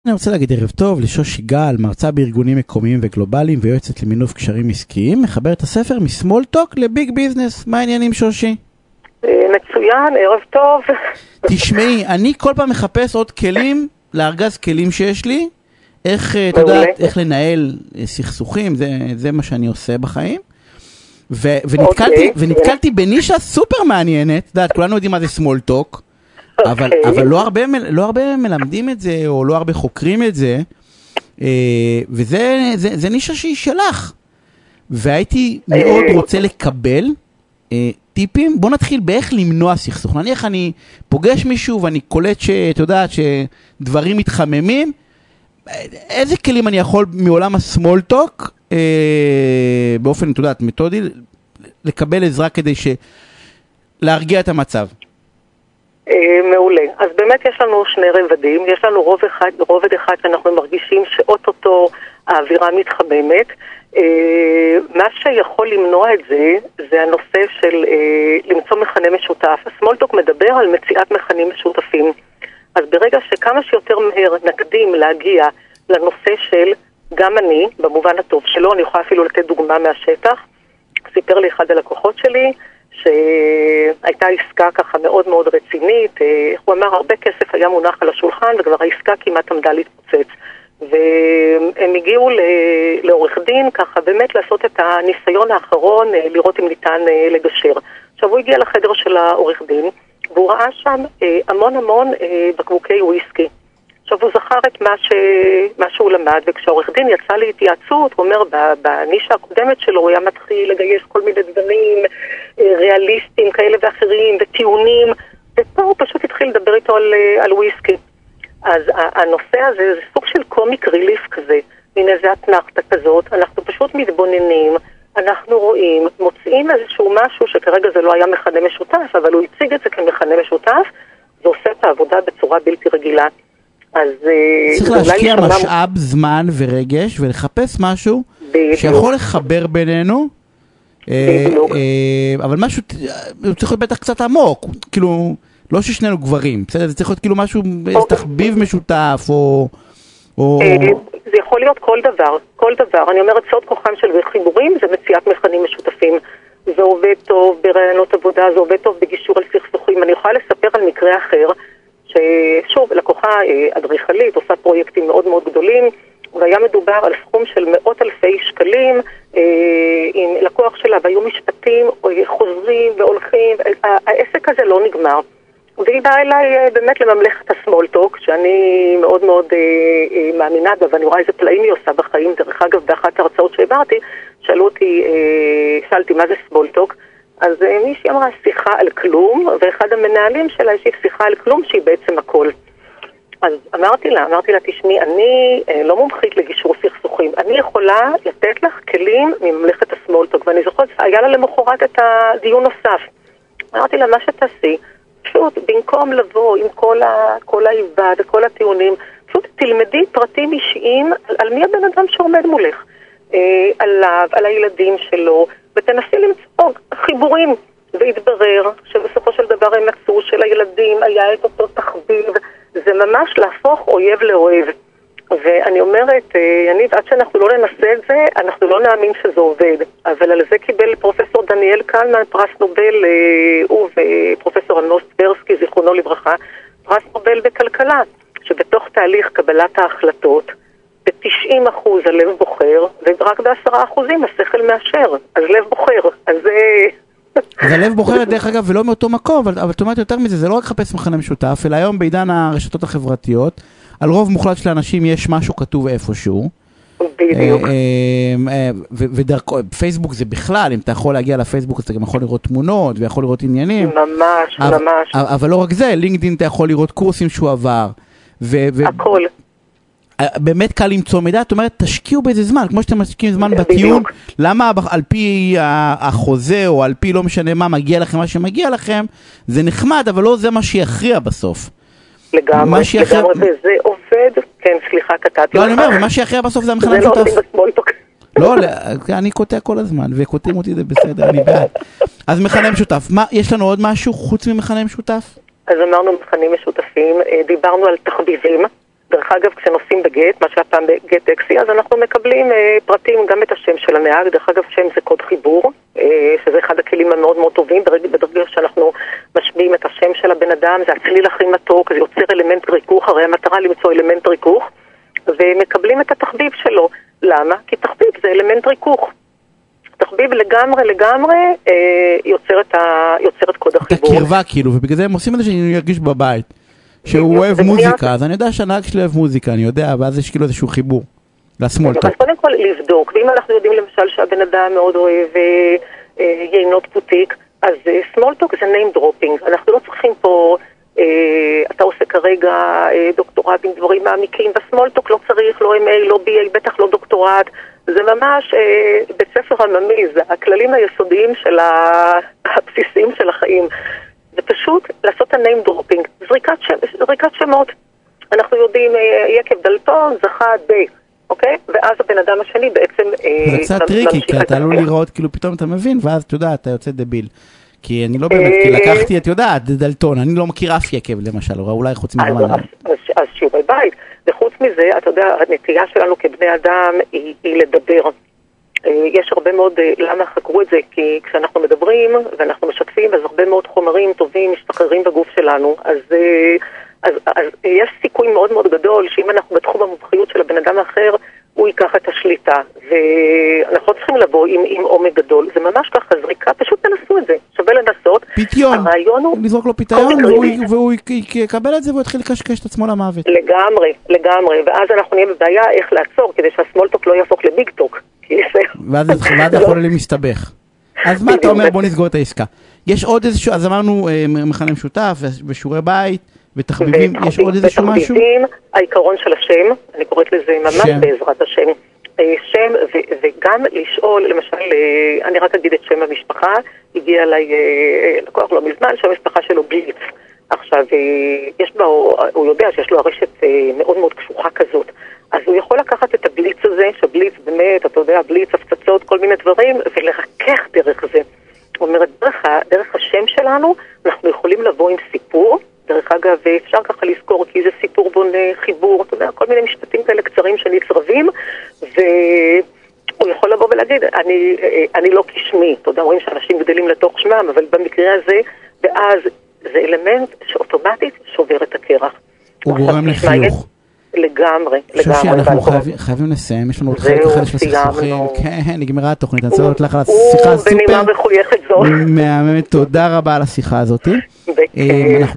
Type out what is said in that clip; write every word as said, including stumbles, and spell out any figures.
אני רוצה להגיד ערב טוב לשושי גל, מרצה בארגונים מקומיים וגלובליים ויועצת למינוף קשרים עסקיים, מחבר את הספר מסמולטוק לביג ביזנס. מה העניינים שושי? מצוין, ערב טוב. תשמעי, אני כל פעם מחפש עוד כלים, לארגז כלים שיש לי, איך, את יודעת, איך לנהל סכסוכים, זה, זה מה שאני עושה בחיים. ו, ונתקלתי, ונתקלתי בנישה סופר מעניינת, יודעת, כולנו יודעים מה זה סמולטוק, אבל, okay. אבל לא הרבה, לא הרבה מלמדים את זה, או לא הרבה חוקרים את זה, וזה, זה, זה נישה שהיא שלך. והייתי מאוד רוצה לקבל טיפים. בוא נתחיל באיך למנוע סכסוך. נניח אני פוגש מישהו ואני קולט שאת יודעת שדברים מתחממים, איזה כלים אני יכול מעולם הסמולטוק, באופן, את יודעת, מתודי, לקבל עזרה כדי להרגיע את המצב? מעולה. אז באמת יש לנו שני רבדים. יש לנו רוב אחד, רובד אחד שאנחנו מרגישים שאוטוטו האווירה מתחממת. מה שיכול למנוע את זה, זה הנושא של למצוא מכנה משותף. הסמולטוק מדבר על מציאת מכנים משותפים. אז ברגע שכמה שיותר מהר נקדים להגיע לנושא של גם אני, במובן הטוב שלו, אני יכולה אפילו לתת דוגמה מהשטח. סיפר לי אחד הלקוחות שלי, שהייתה עסקה ככה מאוד מאוד רצינית, הוא אמר, הרבה כסף היה מונח על השולחן, וכבר העסקה כמעט עמדה להתפוצץ. והם הגיעו לעורך דין, ככה באמת לעשות את הניסיון האחרון, לראות אם ניתן לגשר. עכשיו הוא הגיע לחדר של העורך דין, והוא ראה שם המון המון בקבוקי וויסקי. עכשיו הוא זכר את מה, ש... מה שהוא למד, וכשהעורך דין יצא להתייעצות, הוא אומר, בנישה הקודמת שלו הוא היה מתחיל לגייס כל מיני דברים ריאליסטיים כאלה ואחרים, וטיעונים, ופה הוא פשוט התחיל לדבר איתו על, על וויסקי. אז הנושא הזה זה סוג של קומיק ריליף כזה, מן איזה התנחתה כזאת, אנחנו פשוט מתבוננים, אנחנו רואים, מוצאים איזשהו משהו שכרגע זה לא היה מכנה משותף, אבל הוא הציג את זה כמכנה משותף, ועושה את העבודה בצורה בלתי רגילה. אז צריך להשקיע משאב, זמן ורגש, ולחפש משהו שיכול לחבר בינינו, אבל משהו, הוא צריך להיות בטח קצת עמוק, כאילו, לא ששנינו גברים, בסדר? זה צריך להיות כאילו משהו, תחביב משותף, או... זה יכול להיות כל דבר, כל דבר. אני אומרת, סוד כוחם של חיבורים זה מציאת מכנים משותפים. זה עובד טוב ברעיונות עבודה, זה עובד טוב בגישור על סכסוכים. אני יכולה לספר על מקרה אחר, ששוב, לקוחה אדריכלית, עושה פרויקטים מאוד מאוד גדולים, והיה מדובר על סכום של מאות אלפי שקלים עם לקוח שלה, והיו משפטים חוזרים והולכים, העסק הזה לא נגמר. והיא באה אליי באמת לממלך את הסמולטוק, שאני מאוד מאוד אה, מאמינה בה, ואני רואה איזה פלאים היא עושה בחיים. דרך אגב, באחת ההרצאות שהעברתי, שאלו אותי, אה, שאלתי מה זה סמולטוק, אז אה, מישהי אמרה שיחה על כלום, ואחד המנהלים שלה השיב שיחה על כלום שהיא בעצם הכל. אז אמרתי לה, אמרתי לה, תשמעי, אני אה, לא מומחית לגישור סכסוכים, אני יכולה לתת לך כלים מממלכת הסמולטוק, ואני זוכרת, היה לה למחרת את הדיון נוסף. אמרתי לה, מה שתעשי, פשוט, במקום לבוא עם כל, ה, כל האיבה וכל הטיעונים, פשוט תלמדי פרטים אישיים על, על מי הבן אדם שעומד מולך, אה, עליו, על הילדים שלו, ותנסי למצוא חיבורים, והתברר שבסופו של דבר הם מצאו שלילדים היה את אותו תחביב, זה ממש להפוך אויב לאוהב. ואני אומרת, אני, עד שאנחנו לא ננסה את זה, אנחנו לא נאמין שזה עובד. אבל על זה קיבל פרופסור דניאל קלמן, פרס נובל, הוא ופרופסור עמוס טברסקי, זיכרונו לברכה, פרס נובל בכלכלה, שבתוך תהליך קבלת ההחלטות, ב-תשעים אחוז הלב בוחר, ורק ב-עשרה אחוזים השכל מאשר. אז לב בוחר. אז זה... אז הלב בוחר דרך אגב ולא מאותו מקום, אבל, אבל זאת אומרת יותר מזה, זה לא רק חפש מכנה משותף, אלא היום בעידן הרשתות החברתיות, על רוב מוחלט של האנשים יש משהו כתוב איפשהו. בדיוק. ודרכו, פייסבוק זה בכלל, אם אתה יכול להגיע לפייסבוק, אתה גם יכול לראות תמונות, ויכול לראות עניינים. ממש, ממש. אבל לא רק זה, לינקדין אתה יכול לראות קורסים שהוא עבר. הכל. באמת קל למצוא מידע, זאת אומרת, תשקיעו באיזה זמן, כמו שאתם משקיעים זמן בטיעון, למה על פי החוזה, או על פי לא משנה מה, מגיע לכם מה שמגיע לכם, זה נחמד, אבל לא זה מה שיכריע בסוף. לגמרי, לגמרי, וזה עובד, כן, סליחה, קטעתי. לא, אני אומר, ומה שיכריע בסוף זה המכנה משותף. זה לא עושים בסמולטוק. לא, אני קוטע כל הזמן, וקוטעים אותי זה בסדר, אני בעד. אז מכנה משותף, יש לנו עוד משהו חוץ ממכנה משותף? אז אמרנו מכנים משותפים, דיברנו על תחביבים, דרך אגב, כשנוסעים בגט, מה שהפעם בגט טקסי, אז אנחנו מקבלים אה, פרטים, גם את השם של הנהג. דרך אגב, שם זה קוד חיבור, אה, שזה אחד הכלים המאוד מאוד טובים. ברגע, ברגע שאנחנו משמיעים את השם של הבן אדם, זה הצליל הכי מתוק, זה יוצר אלמנט ריכוך, הרי המטרה למצוא אלמנט ריכוך, ומקבלים את התחביב שלו. למה? כי תחביב זה אלמנט ריכוך. תחביב לגמרי לגמרי אה, יוצר, את ה, יוצר את קוד החיבור. את הקרבה כאילו, ובגלל זה הם עושים את זה שאני ארגיש בבית. שהוא אוהב מוזיקה, אז אני יודע שהנהג שלי אוהב מוזיקה, אני יודע, ואז יש כאילו איזשהו חיבור לסמולטוק. אז קודם כל לבדוק, ואם אנחנו יודעים למשל שהבן אדם מאוד אוהב יינות בוטיק, אז סמולטוק זה name dropping. אנחנו לא צריכים פה, אתה עושה כרגע דוקטורט עם דברים מעמיקים, בסמולטוק לא צריך, לא אם איי, לא בי איי, בטח לא דוקטורט. זה ממש בית ספר עממי, זה הכללים היסודיים של הבסיסיים של החיים. זה פשוט לעשות את ה-name dropping, זריקת, שם, זריקת שמות. אנחנו יודעים, יקב דלתון זכה ב, אוקיי? ואז הבן אדם השני בעצם... זה קצת טריקי, כי אתה עלול לראות, כאילו פתאום אתה מבין, ואז אתה יודע, אתה יוצא דביל. כי אני לא באמת, כי לקחתי, את יודעת, דלתון, אני לא מכיר אף יקב למשל, אולי חוץ מרמדאן. אז שיעורי בית, וחוץ מזה, אתה יודע, הנטייה שלנו כבני אדם היא לדבר. יש הרבה מאוד, למה חקרו את זה? כי כשאנחנו מדברים ואנחנו משתפים, אז הרבה מאוד חומרים טובים משתחררים בגוף שלנו. אז, אז, אז יש סיכוי מאוד מאוד גדול שאם אנחנו בתחום המומחיות של הבן אדם האחר, הוא ייקח את השליטה. ואנחנו צריכים לבוא עם, עם עומק גדול. זה ממש ככה, זריקה, פשוט תנסו את זה. שווה לנסות. פיתיון. הרעיון הוא... לזרוק לו פיתיון, והוא, והוא יקבל את זה והוא יתחיל לקשקש את עצמו למוות. לגמרי, לגמרי. ואז אנחנו נהיה בבעיה איך לעצור, כדי שהסמולטוק לא יהפוך לביג טוק. ואז יכול לי מסתבך. אז מה אתה אומר? בוא נסגור את העסקה. יש עוד איזשהו, אז אמרנו מכנה משותף ושיעורי בית ותחביבים, יש עוד איזשהו משהו? העיקרון של השם, אני קוראת לזה ממש בעזרת השם. שם, וגם לשאול, למשל, אני רק אגיד את שם המשפחה, הגיע אליי לקוח לא מזמן, שם המשפחה שלו בליץ. עכשיו, יש בה, הוא יודע שיש לו הרשת מאוד מאוד קשוחה כזאת. אז הוא יכול לקחת את הבליץ הזה, שבליץ באמת, אתה יודע, בליץ, הפצצות, כל מיני דברים, ולרכך דרך זה. זאת אומרת, דרך, דרך השם שלנו, אנחנו יכולים לבוא עם סיפור. דרך אגב, אפשר ככה לזכור, כי זה סיפור בונה חיבור, אתה יודע, כל מיני משפטים כאלה קצרים שנצרבים, והוא יכול לבוא ולהגיד, אני, אני לא כשמי, אתה יודע, רואים שאנשים גדלים לתוך שמם, אבל במקרה הזה, ואז זה אלמנט שאוטומטית שובר את הקרח. הוא גורם לחיוך. לגמרי, לגמרי. חושב שאנחנו חייבים לסיים, יש לנו עוד חלק אחר של הסכסוכים. כן, נגמרה התוכנית, אני רוצה לראות לך על השיחה סופר. בנימה מחויכת זו. מהממת, תודה רבה על השיחה הזאת.